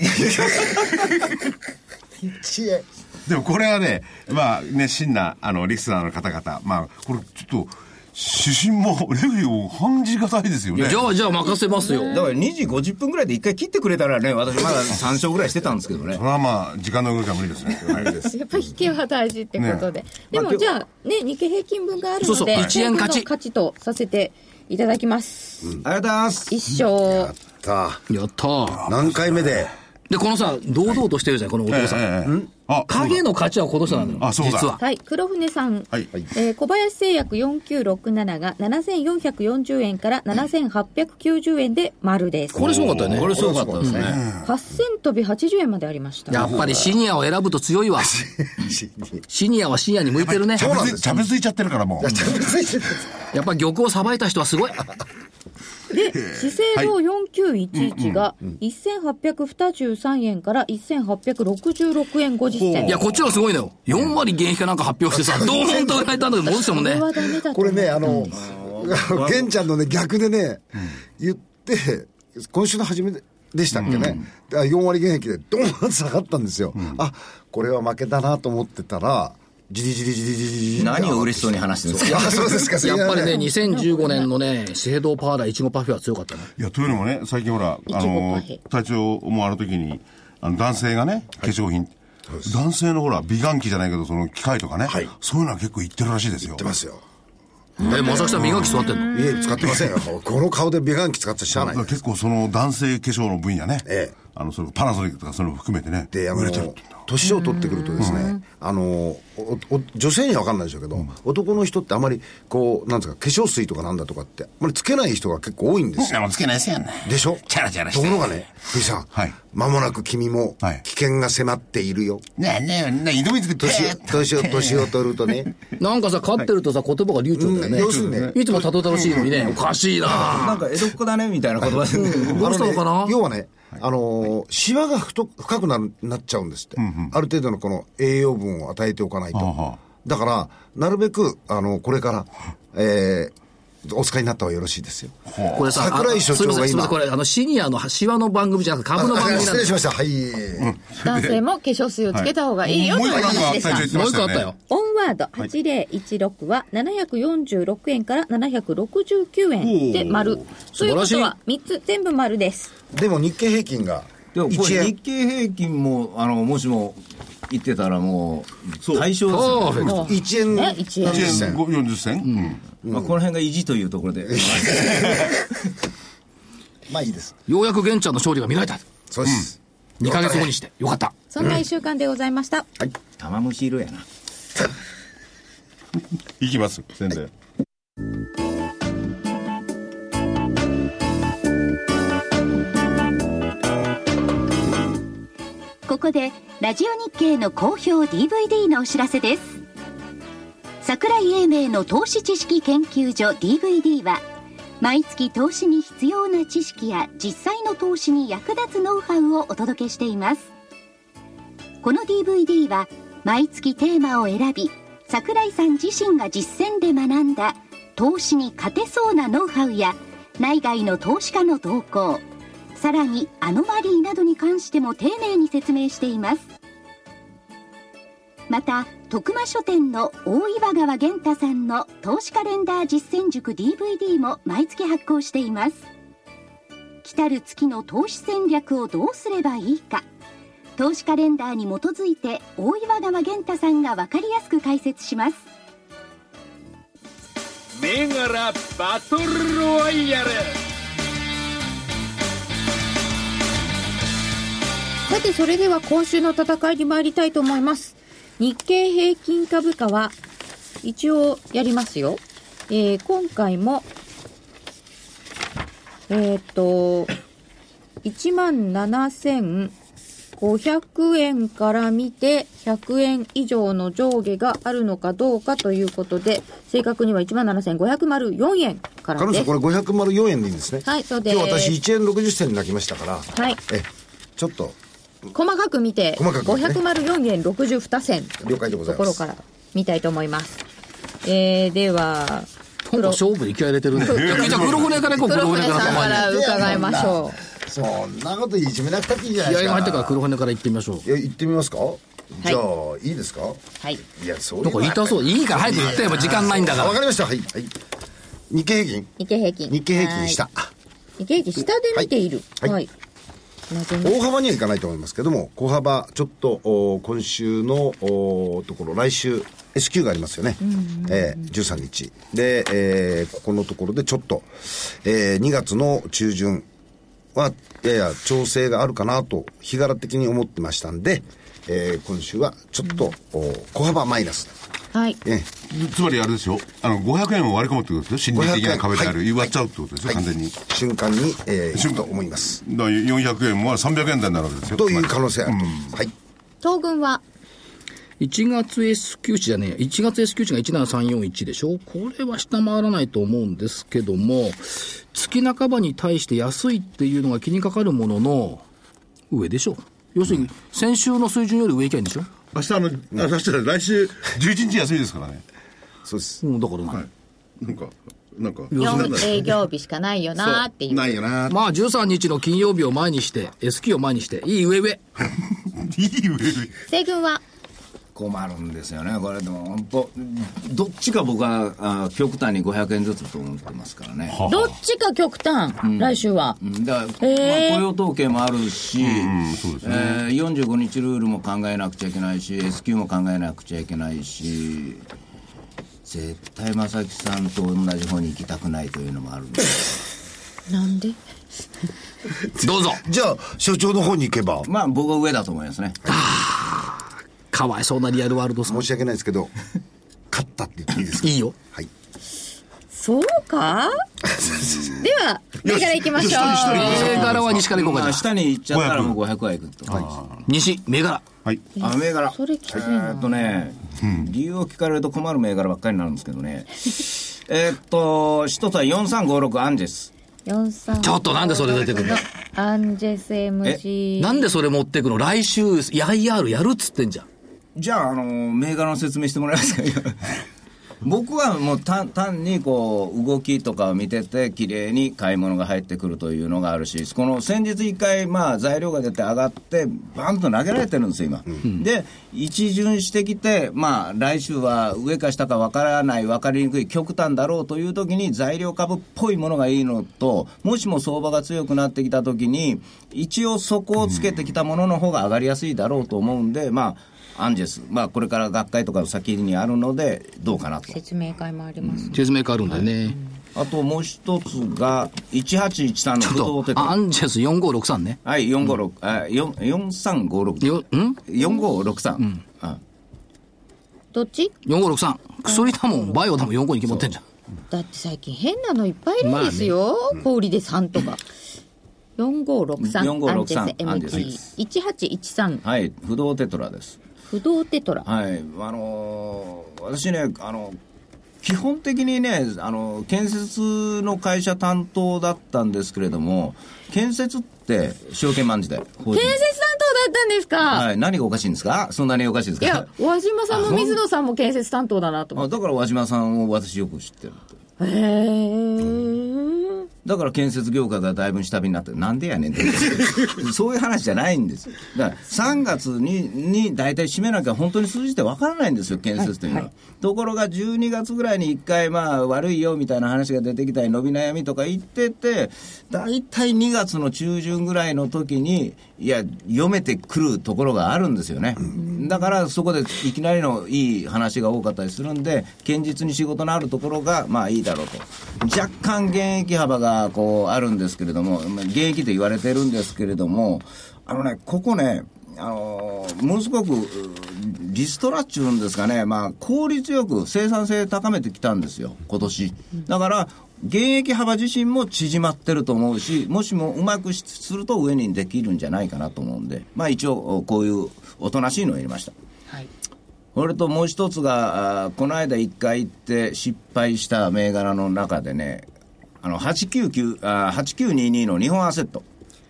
1円。 でもこれはね、真なリスナーの方々、これちょっと指針もレフェリーも感じがたいですよね。 じゃあ任せますよ。 だから2時50分ぐらいで1回切ってくれたらね、私まだ3勝ぐらいしてたんですけどね。 それは時間の動きは無理ですね。 やっぱり引きは大事ってことで、ね、でもじゃあね、日経平均分があるので、 そう1円勝ち勝ちとさせていただきます。 ありがとうございます。 一勝。 やった何回目で。 で、このさ、堂々としてるじゃん、このお父さん。影の勝ちはこの人なのよ。実は。 はい。黒船さん。はい。小林製薬4967が7440円から7890円で丸です。 これすごかったよね。 これすごかったですね。 8000飛び80円までありました。 やっぱりシニアを選ぶと強いわ。シニアはシニアに向いてるね。 ちゃべついちゃってるからもう。 やっぱり玉をさばいた人はすごい。 で、資生堂4911が1823円から1866円50銭。 いや、こっちはすごいのよ。4割減費かなんか発表してさ、ドーンと売られたんだけど、戻したもんね。 これね、玄ちゃんのね、逆でね、言って、今週の初めでしたっけね。4割減益でドーンと下がったんですよ。あ、これは負けだなと思ってたら、じりじりじりじり何を嬉しそうに話してるんですか。 そうですか。 やっぱりね、2015年のね、資生堂パーラーいちごパフェは強かったね。 いや、というのもね、最近ほら、体調もあるときに、男性がね、化粧品、男性のほら、美顔器じゃないけど、その機械とかね、そういうのは結構言ってるらしいですよ。 言ってますよ。 まさきさん美顔器使ってんの？ いえ、使ってませんよ。この顔で美顔器使ってしゃあない。 結構その男性化粧の分野ね、それパナソニックとかそういうのも含めてね、 で、年を取ってくるとですね、女性には分かんないでしょうけど、男の人ってあまりこうなんですか、化粧水とかなんだとかってあまりつけない人が結構多いんですよ。 つけないですよね。 でしょ。 チャラチャラして。 ところがね、福井さん、間もなく君も危険が迫っているよ。 井戸水で年を取るとね。 なんかさ、勝ってるとさ、言葉が流暢だよね。 要するにね、 いつもたどたどしいのにね、おかしいな。 なんか江戸っ子だねみたいな言葉で。 どうしたのかな。 要はね、シワが深くなっちゃうんですって。ある程度のこの栄養分を与えておかないと。だから、なるべく、これから、お使いになった方がよろしいですよ。 これさ、 桜井所長が今。 これ、シニアのシワの番組じゃなくて、株の番組なんで。 失礼しました。はい。 男性も化粧水をつけた方がいいよという話でした。 もう一個あったよ。 オンワード8016は746円から769円で丸。ということは、3つ全部丸です。 でも日経平均がでもこれ日経平均ももしも言ってたらもう対象ですよね。 1円 40銭、 この辺が意地というところでまあいいです。 ようやく玄ちゃんの勝利が見られた。 そうです、 2ヶ月後にしてよかった。 そんな1週間でございました。 はい、玉虫色やな。 いきます宣伝。 ここでラジオ日経の好評 DVD のお知らせです。桜井英明の投資知識研究所 DVD は毎月投資に必要な知識や実際の投資に役立つノウハウをお届けしています。この DVD は毎月テーマを選び、桜井さん自身が実践で学んだ投資に勝てそうなノウハウや内外の投資家の動向、さらにアノマリーなどに関しても丁寧に説明しています。また徳間書店の大岩川源太さんの投資カレンダー実践塾 DVD も毎月発行しています。来たる月の投資戦略をどうすればいいか、投資カレンダーに基づいて大岩川源太さんが分かりやすく解説します。 銘柄バトルロワイヤル。 さて、それでは今週の戦いに参りたいと思います。日経平均株価は一応やりますよ。今回も17,500 円から見て100円以上の上下があるのかどうかということで、正確には 17,504 円からです。 これ504円でいいんですね。 はい、そうです。 今日私1円60銭になりましたから、 はい、 ちょっと細かく見て、504円62銭了解でございます。 ところから見たいと思います。では勝負に気合い入れてるね。じゃあ黒船から黒船から伺いましょう。そんなこといじめなくたっていいじゃないですか。 気合い入ってから黒船から行ってみましょう。 行ってみますか。じゃあいいですか。 はい。 いや、そういうとこ言いたそう。いいから早く言ってよ、時間ないんだから。 わかりました。はい、はい、日経平均日経平均下。 日経平均下で見ている。 はい、 大幅にはいかないと思いますけども、小幅、ちょっと今週のところ、来週 S q がありますよね、13日で、ここのところでちょっと、2月の中旬はやや調整があるかなと日柄的に思ってましたんで、今週はちょっと、小幅マイナス。 はい。 つまりあれですよ、500円を割り込むってことですよ。心理的な壁である、割っちゃうってことですよ、完全に。 瞬間に、いくと思います。 だから400円は300円台になるわけですよ。 という可能性あると。はい。 東軍は 1月 S q 値じゃねえ、1月 S q 値が17341でしょ。これは下回らないと思うんですけども、月半ばに対して安いっていうのが気にかかるものの上でしょ。要するに先週の水準より上いけないんでしょ。 明日来週11日休みですからね。 そうです。 だからはい、なんか 4営業日しかないよなっていう。 ないよな。 まあ13日の金曜日を前にして S q を前にしていい上いい上西軍は困るんですよね、これ。でも本当どっちか僕は極端に500円ずつと思ってますからね。 どっちか極端、来週は。 だから、雇用統計もあるし、そうですね、45日ルールも考えなくちゃいけないし、S q も考えなくちゃいけないし、絶対正木さんと同じ方に行きたくないというのもあるんで。 なんでどうぞ。 じゃあ所長の方に行けば、 まあ僕は上だと思いますね。 かわいそうなリアルワールドさん。 申し訳ないですけど勝ったって言っていいですか。 いいよ。 はい。 そうかでは銘柄行きましょう。 銘柄は西から行こうか。じゃあ下に行っちゃったらもう500はいくと。 西銘柄。 はい。 銘柄。 それきついな。 理由を聞かれると困る銘柄ばっかりになるんですけどね。一つは4356アンジェス。 43 ちょっとなんでそれ出てくるの。 アンジェス MG。 なんでそれ持ってくの。来週 IR やるっつってんじゃん。 じゃあ銘柄の説明してもらえますか。僕はもう単にこう動きとかを見てて綺麗に買い物が入ってくるというのがあるし、この先日一回材料が出て上がってバンと投げられてるんですよ今、で一巡してきて来週は上か下か分からない、分かりにくい極端だろうという時に材料株っぽいものがいいのと、もしも相場が強くなってきた時に一応底をつけてきたものの方が上がりやすいだろうと思うんで、アンジェス、これから学会とか先にあるのでどうかなと。 説明会もあります、 説明会あるんだよね、 あともう一つが1813の不動テトラ。 アンジェス4563ね。 はい、4356 4563、 どっち ?4563 薬だもんバイオだもん45に決まってんじゃん。 だって最近変なのいっぱいいるんですよ、氷で3とか。4563アンジェス MT1813。 はい、不動テトラです。 不動テトラ。 はい、私ね基本的にね建設の会社担当だったんですけれども、建設って証券マン時代。建設担当だったんですか。 はい、何がおかしいんですか。そんなにおかしいですか。 いや、和島さんも水野さんも建設担当だなと思って。 だから和島さんを私よく知ってる。 へー。 だから建設業界がだいぶ下火になってなんでやねんってそういう話じゃないんですよ。だから3月に大体締めなきゃ本当に数字って分からないんですよ、建設というのは、ところが12月ぐらいに1回悪いよみたいな話が出てきたり伸び悩みとか言ってて、大体2月の中旬ぐらいの時に読めてくるところがあるんですよね。だからそこでいきなりのいい話が多かったりするんで、堅実に仕事のあるところがいいだろうと。若干現役幅があるんですけれども、現役と言われてるんですけれども、ここね、ものすごくリストラっちゅうんですかね、効率よく生産性高めてきたんですよ今年。だから現役幅自身も縮まってると思うし、もしもうまくすると上にできるんじゃないかなと思うんで、一応こういうおとなしいのを入れました。はい。それともう一つがこの間1回行って失敗した銘柄の中でね、8922の日本アセット。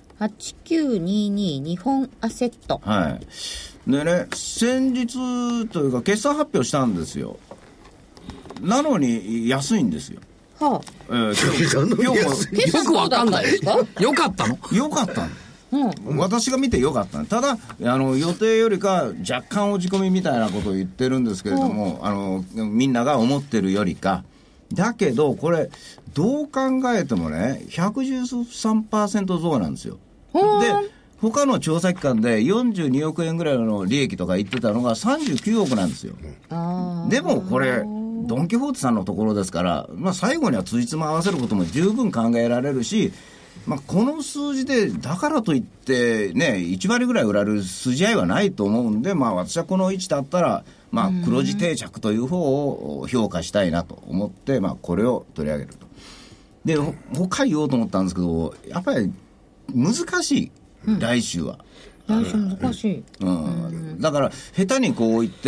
8922日本アセット。 はい。でね、先日というか決算発表したんですよ。なのに安いんですよ。 はあ。 今日もよくわかんないですか。よかったの？ よかったの。私が見てよかったの。ただ予定よりか若干落ち込みみたいなことを言ってるんですけれども、みんなが思ってるよりか。だけどこれどう考えてもね 113% 増なんですよ。で他の調査機関で42億円ぐらいの利益とか言ってたのが39億なんですよ。でもこれドン・キホーテさんのところですから、最後にはついつま合わせることも十分考えられるし、この数字でだからといってね1割ぐらい売られる筋合いはないと思うんで、私はこの位置だったら黒字定着という方を評価したいなと思って、これを取り上げると。で他言おうと思ったんですけど、やっぱり難しい、来週は。 来週難しい、 だから下手にこう言って、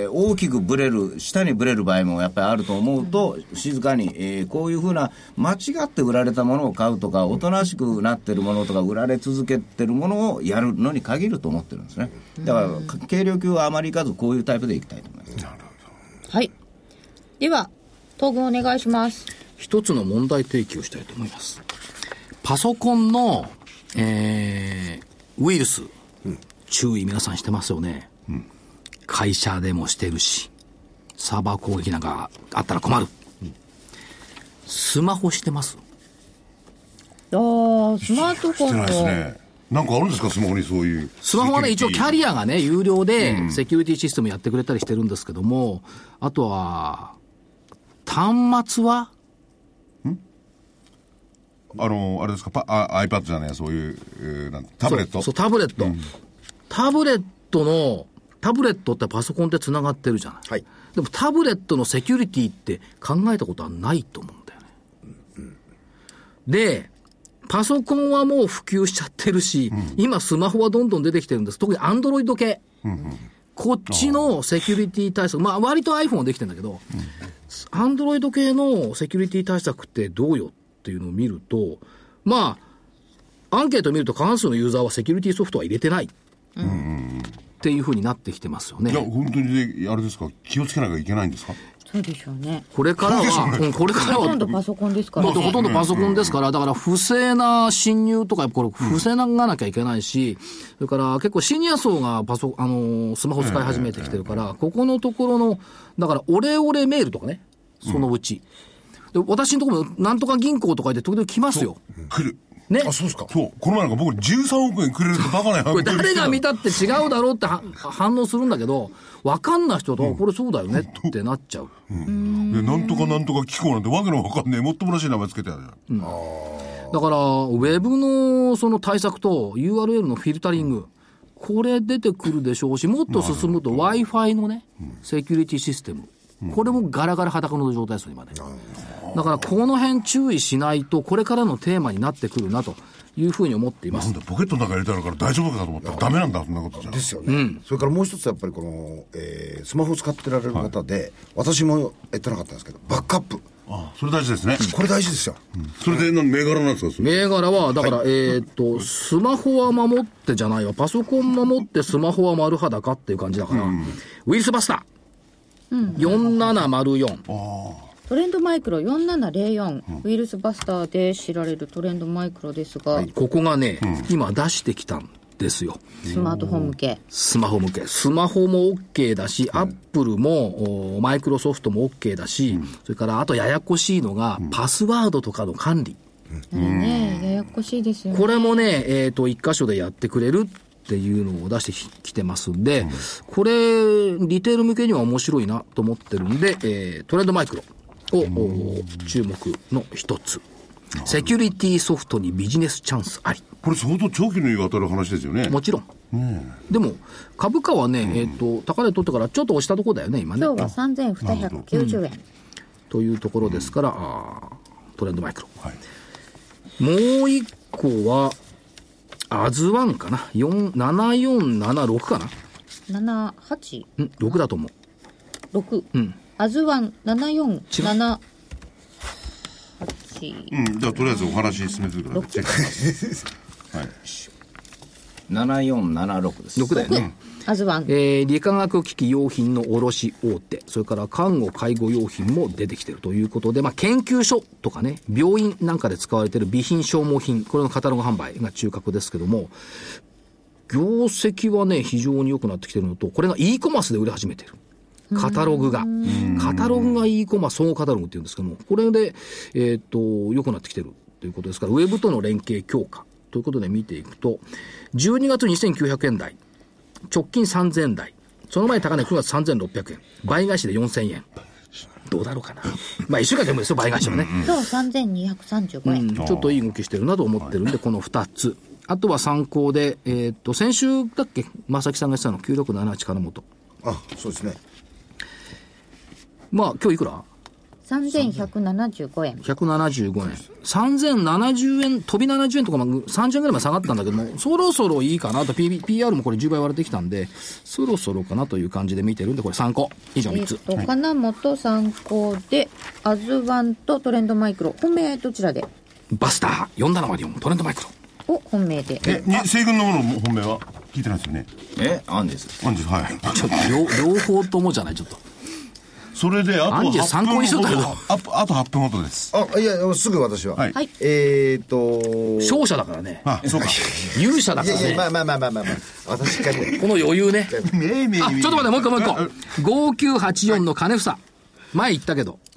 大きくブレる、下にブレる場合もやっぱりあると思うと、静かに、こういうふうな間違って売られたものを買うとか、おとなしくなってるものとか売られ続けてるものをやるのに限ると思ってるんですね。だから軽量級はあまりいかず、こういうタイプでいきたいと思います。 はい。では東軍お願いします。 一つの問題提起をしたいと思います。パソコンの、ウイルス、注意皆さんしてますよね、会社でもしてるし、サーバー攻撃なんかあったら困る、スマホしてます？ スマートフォンの、 ね、なんかあるんですか、スマホにそういう。 スマホはね、一応キャリアがね有料でセキュリティシステムやってくれたりしてるんですけども、あとは端末はあれですか、iPad じゃない、そういう、タブレット。 そうタブレット、タブレットってパソコンってつながってるじゃない、はい、でもタブレットのセキュリティって考えたことはないと思うんだよね、でパソコンはもう普及しちゃってるし、今スマホはどんどん出てきてるんです。特にアンドロイド系、こっちのセキュリティ対策、割と iPhone はできてるんだけど、アンドロイド系のセキュリティ対策ってどうよっていうのを見ると、アンケートを見ると過半数のユーザーはセキュリティソフトは入れてない、っていうふうになってきてますよね。 いや本当にあれですか、気をつけなきゃいけないんですか。 そうでしょうね。 これからはほとんどパソコンですから、 ほとんどパソコンですから、だから不正な侵入とかこれ防がなきゃいけないし、それから結構シニア層がスマホ使い始めてきてるから、ここのところのだからオレオレメールとかね、そのうち、で私のところもなんとか銀行とかで時々来ますよ。 来るね、 そうですか。そう、この前なんか僕13億円くれるってバカなこれ誰が見たって違うだろうって反応するんだけど、分かんない人と、これそうだよねってなっちゃう、 でなんとかなんとか機構なんてわけのわかんねえもっともらしい名前つけてあるじゃん、 だからウェブのその対策と URL のフィルタリング、これ出てくるでしょうし、もっと進むと Wi-Fi のね、セキュリティシステム、これもガラガラ裸の状態ですよ今ね。だからこの辺注意しないと、これからのテーマになってくるなというふうに思っています。 なんだポケットの中に入れてあるから大丈夫かと思ったらダメなんだ、そんなことじゃですよね、それからもう一つやっぱりこの、スマホを使ってられる方で、私もやってなかったんですけど、バックアップ、 それ大事ですね、 これ大事ですよ、 それで銘柄なんですか。 銘柄はだから、スマホは守ってじゃないわ、パソコン守ってスマホは丸裸っていう感じだから、ウイルスバスター、4704、 トレンドマイクロ4704、ウイルスバスターで知られるトレンドマイクロですが、 ここがね、今出してきたんですよ。 スマートフォン向け、 スマホ向け、スマホも OK だし、アップルもマイクロソフトも OK だし、それからあとややこしいのが、パスワードとかの管理、 ややこしいですよね。 これもね、一箇所でやってくれるっていうのを出してきてますんで、これリテール向けには面白いなと思ってるんで、トレンドマイクロを注目の一つ。セキュリティソフトにビジネスチャンスあり。 これ相当長期にわたる話ですよね。 もちろん、でも株価はね、高値取ってからちょっと押したところだよね今ね。 今日は3290円、 というところですから、トレンドマイクロ、もう一個はアズワンかな、7476かな、 78、 6だと思う。 6、アズワン7478、 じゃあとりあえずお話進めてください。チェックしますはい 7476です。 6だよね。 アズワン、 理化学機器用品の卸大手、それから看護介護用品も出てきているということで、研究所とかね、病院なんかで使われている備品消耗品、これのカタログ販売が中核ですけども、業績はね非常に良くなってきているのと、これが e コマースで売れ始めている。カタログが e コマース総合カタログっていうんですけども、これで良くなってきているということですから、ウェブとの連携強化とということで見ていくと、12月2900円台、直近3000円台、その前高値9月3600円、倍返しで4000円。どうだろうかな。まあ、1週間でもですよ、倍返しはね。 今日3235円、 ちょっといい動きしてるなと思ってるんで、この2つ。あとは参考で、先週だっけ、正木さんが言ってたの、9678金本。 あ、そうですね。 まあ、今日いくら 3175円。 175円。3070円、飛び70円とか、30円ぐらいまで下がったんだけども、そろそろいいかなと、PR もこれ10倍割れてきたんで、そろそろかなという感じで見てるんで、これ参考。以上3つ。 金本参考で、アズワンとトレンドマイクロ。本命どちらで？ バスター4704、トレンドマイクロ。 お、本命で。 西軍のもの本命は聞いてないですよね。 アンジェス。 アンジェス、はい。 ちょっと両方ともじゃない、ちょっと。 それであとアンジェス参考にしとったけど。 あと8分ほどです。 いや、すぐ私は。 はい。 勝者だからね。 そうか。 勇者だからね。 いや、まあ。私からね。 この余裕ね。ちょっと待って、もう一個。5984の金房。前言ったけど。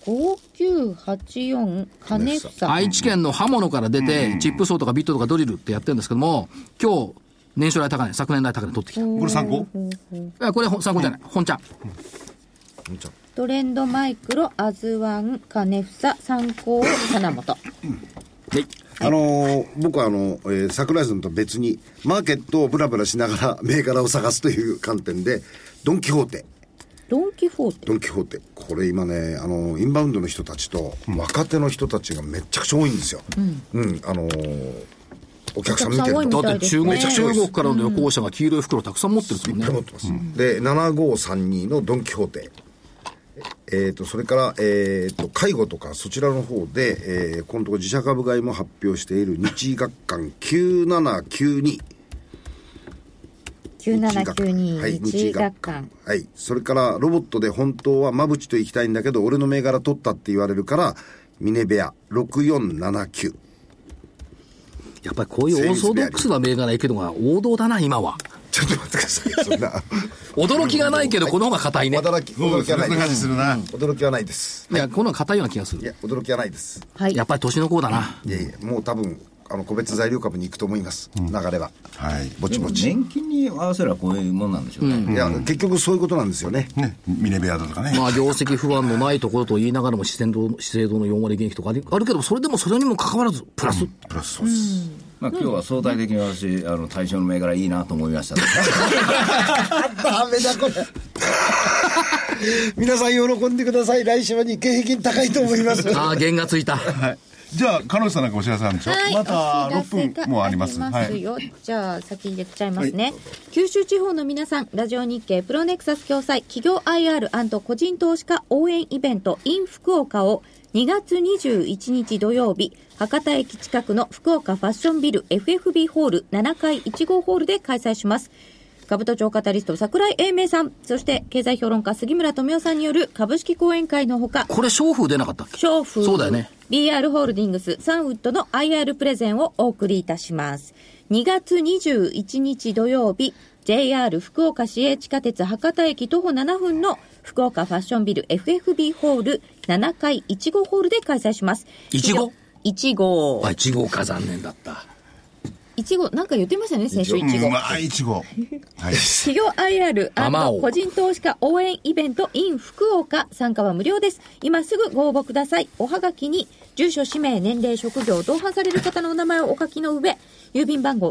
5984金房。 愛知県の刃物から出て、チップソーとかビットとかドリルってやってるんですけども、今日、年初来高値、昨年来高値取ってきた。 これ参考？ これ参考じゃない。本ちゃん。 トレンドマイクロ、アズワン、金房、参考、金本。 僕は桜井さんと別にマーケットをブラブラしながら銘柄を探すという観点でドンキホーテ。これ今ねインバウンドの人たちと若手の人たちがめちゃくちゃ多いんですよ。お客さん見てるとだって中国からの旅行者が黄色い袋たくさん持ってるんですよね。 持ってます。で7532のドンキホーテ。それから、介護とかそちらの方で、このところ自社株買いも発表している日医学館9792。 9792、 はい、 日医学館。 はい。それからロボットで本当はまぶちと行きたいんだけど俺の銘柄取ったって言われるからミネベア6479。 やっぱりこういうオーソドックスな銘柄いけるのが王道だな今は。 ちょっと待ってください。そんな驚きがないけどこの方が硬いね。 驚きはないです。驚きはないです。 いやこの方が硬いような気がする。 いや驚きはないです。 はい。やっぱり年の子だな。 いやもう多分個別材料株に行くと思います。流れは。はい。ぼちぼち。 年金に合わせればこういうもんなんでしょうね。 いや結局そういうことなんですよね。 ミネベアだとかね。 まあ業績不安のないところと言いながらも資生堂の4割減益とかあるけどそれにもかかわらずプラス。 プラスそうです。 まあ、今日は相対的に私対象の銘柄いいなと思いましたダメだこれ皆さん喜んでください。来週は日経平均高いと思います。 弦がついた、 はい、じゃあ彼女さんなんかお知らせあるんでしょ、はい、また6分もあります。 じゃあ先に言っちゃいますね、はい、九州地方の皆さんラジオ日経プロネクサス共催企業 IR& 個人投資家応援イベント in 福岡を2月21日土曜日博多駅近くの福岡ファッションビル FFB ホール7階1号ホールで開催します。株都庁カタリスト櫻井英明さん、そして経済評論家杉村富夫さんによる株式講演会のほか、 これ商風出なかったっけ？ 商風、 そうだよね。 BR ホールディングスサンウッドの IR プレゼンをお送りいたします。2月21日土曜日 JR 福岡市営地下鉄博多駅徒歩7分の福岡ファッションビル FFB ホール7階1号ホールで開催します。 1号 1号。 1号か、残念だった。 1号、なんか言ってましたね、先週1号。 1号。はい。 企業 IR& 個人投資家応援イベント in 福岡、参加は無料です。今すぐご応募ください。おはがきに、住所、氏名、年齢、職業、同伴される方のお名前をお書きの上、郵便番号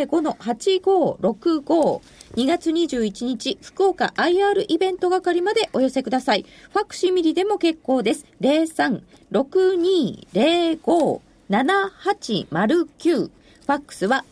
105-8565、2月21日、福岡 IR イベント係までお寄せください。ファクシミリでも結構です。03-6205-7809。ファックスは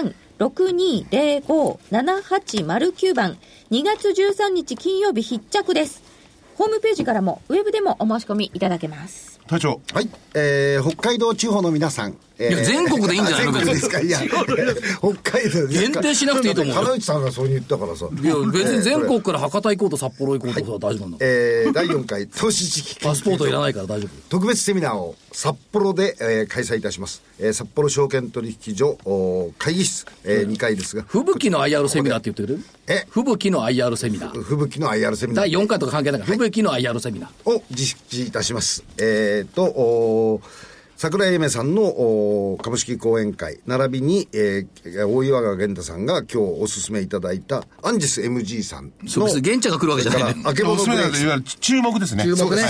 03-6205-7809 番。2月13日金曜日必着です。ホームページからもウェブでもお申し込みいただけます。 隊長。 はい。北海道地方の皆さん。 いや、全国でいいんじゃないの？ 全国ですか？いや、北海道限定しなくていいと思う。 金内さんがそう言ったからさ。 いや、別に全国から博多行こうと札幌行こうとさ、大丈夫なんだ。 第4回投資知識パスポートいらないから大丈夫。 特別セミナーを札幌で、開催いたします。札幌証券取引所会議室、2回ですが。 吹雪の IR セミナーって言ってくれる？吹雪の IR セミナー。 吹雪の IR セミナー。 第4回とか関係ないから、吹雪の IR セミナー。 を実施いたします。 桜井英明さんの株式講演会、並びに、大岩川源太さんが今日お勧めいただいた、アンジス MG さんの。 そうです。源ちゃんが来るわけじゃないね。 あけぼのブレイクス。 いわゆる注目ですね。 注目ね。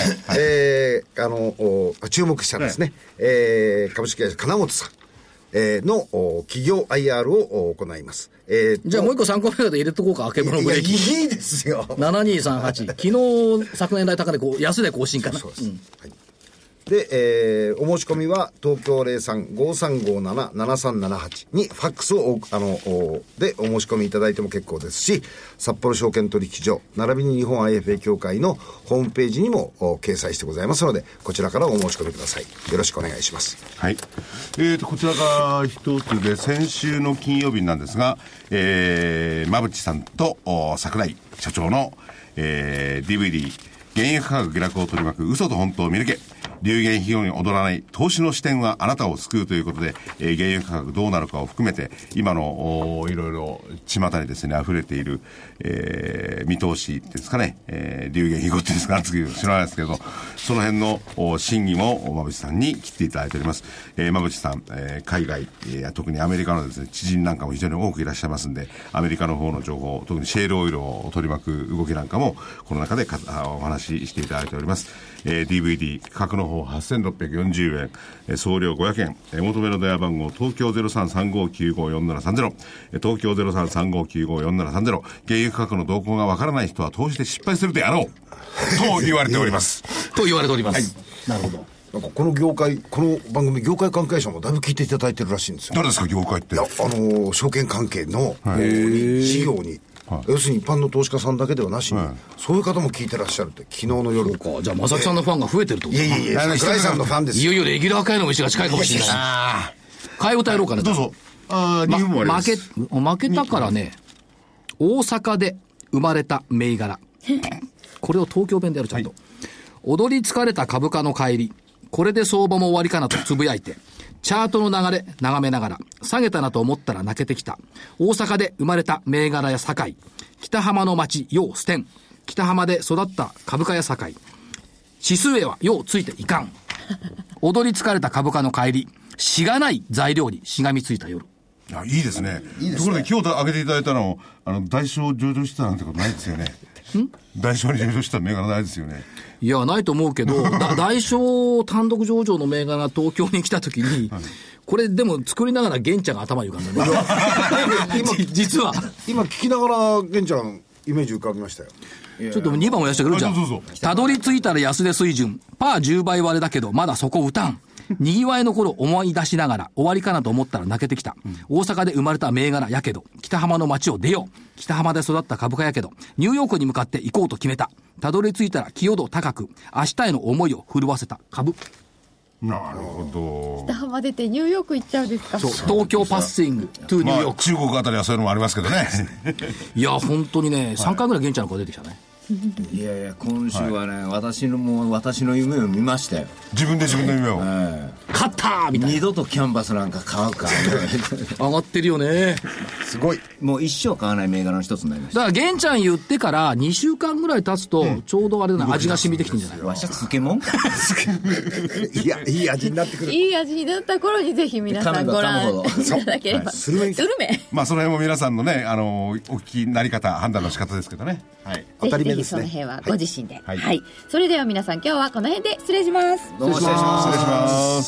注目したですね。株式会社金本さん。の企業 IR を行います。 じゃあもう一個参考銘柄で入れとこうか、あけぼのブレーキ。 いいですよ。 7238。昨日、昨年来高値、安値更新かな。 そうです。はい。で、お申し込みは東京 03-5357-7378 にファックスをでお申し込みいただいても結構ですし、札幌証券取引所並びに日本 IFA 協会のホームページにも掲載してございますので、こちらからお申し込みください。よろしくお願いします。 はい。こちらが一つで、先週の金曜日なんですが、馬淵さんと櫻井社長の、DVD 原油価格下落を取り巻く嘘と本当を見抜け、流言飛揚に踊らない投資の視点はあなたを救うということで、原油価格どうなるかを含めて、今のいろいろ巷にですね溢れている、見通しですかね、流言飛揚っていうんですか、知らないですけど、その辺の審議も馬淵さんに切っていただいております。馬淵さん、海外、特にアメリカのですね知人なんかも非常に多くいらっしゃいますんで、アメリカの方の情報、特にシェールオイルを取り巻く動きなんかもこの中でお話ししていただいております。DVD 価格の方8640円、送料500円、求めの電話番号東京 0335954730、東京 0335954730、原油価格の動向がわからない人は投資で失敗するであろうと言われておりますと言われております、 はい、なるほど。なんかこの業界、この番組業界関係者もだいぶ聞いていただいてるらしいんですよ。 誰ですか業界って？ いや、証券関係の、事業に、要するに一般の投資家さんだけではなしに、そういう方も聞いてらっしゃるって、昨日の夜。 そうか、じゃあ正木さんのファンが増えてるってことですか？ いや桜井さんのファンですよ。 いよいよレギュラー会の飯が近いかもしれない。買い歌やろうかね。 どうぞ。2分もあります。 負けたからね、大阪で生まれた銘柄。これを東京弁でやる、ちゃんと。踊り疲れた株価の帰り、これで相場も終わりかなとつぶやいて、チャートの流れ眺めながら、下げたなと思ったら泣けてきた。大阪で生まれた銘柄や堺。北浜の町、要ステン。北浜で育った株価や堺。指数へは要ついていかん。踊り疲れた株価の帰り、しがない材料にしがみついた夜。 あ、いいですね。ところで今日挙げていただいたの代償上場したなんてことないですよね。代償に上場した銘柄ないですよね。 いや、ないと思うけど、代償単独上場の銘柄が東京に来たときに、これでも作りながら玄ちゃんが頭に浮かんだね。実は。 今聞きながら玄ちゃん、イメージ浮かびましたよ。 ちょっと2番もやしてくるじゃん。たどり着いたら安値水準。パー10倍割れだけど、まだそこ打たん。にぎわいの頃思い出しながら終わりかなと思ったら泣けてきた。大阪で生まれた銘柄やけど、北浜の街を出よう。北浜で育った株価やけど、ニューヨークに向かって行こうと決めた。たどり着いたら清度高く、明日への思いを震わせた株。 なるほど。 北浜出てニューヨーク行っちゃうんですか？ そう、東京パッシングトゥニューヨーク。 中国あたりはそういうのもありますけどね。 いや、本当にね、3回ぐらい玄ちゃんの声出てきたね。 いやいや、今週はね、私の夢を見ましたよ。 自分で自分の夢を。 勝ったーみたいな。 二度とキャンバスなんか買うか。 上がってるよね。 すごい。 もう一生買わない銘柄の一つになりました。 だから玄ちゃん言ってから2週間ぐらい経つと、ちょうどあれだな、味が染みてきてんじゃない？ わしは漬物か。 いや、いい味になってくる。 いい味になった頃にぜひ皆さんご覧いただければ。 スルメ。 まあその辺も皆さんのね、お聞きなり方、判断の仕方ですけどね。はい。 当たり前ですね。ぜひその辺はご自身で。はい。それでは皆さん今日はこの辺で失礼します。 どうも失礼します。 失礼します。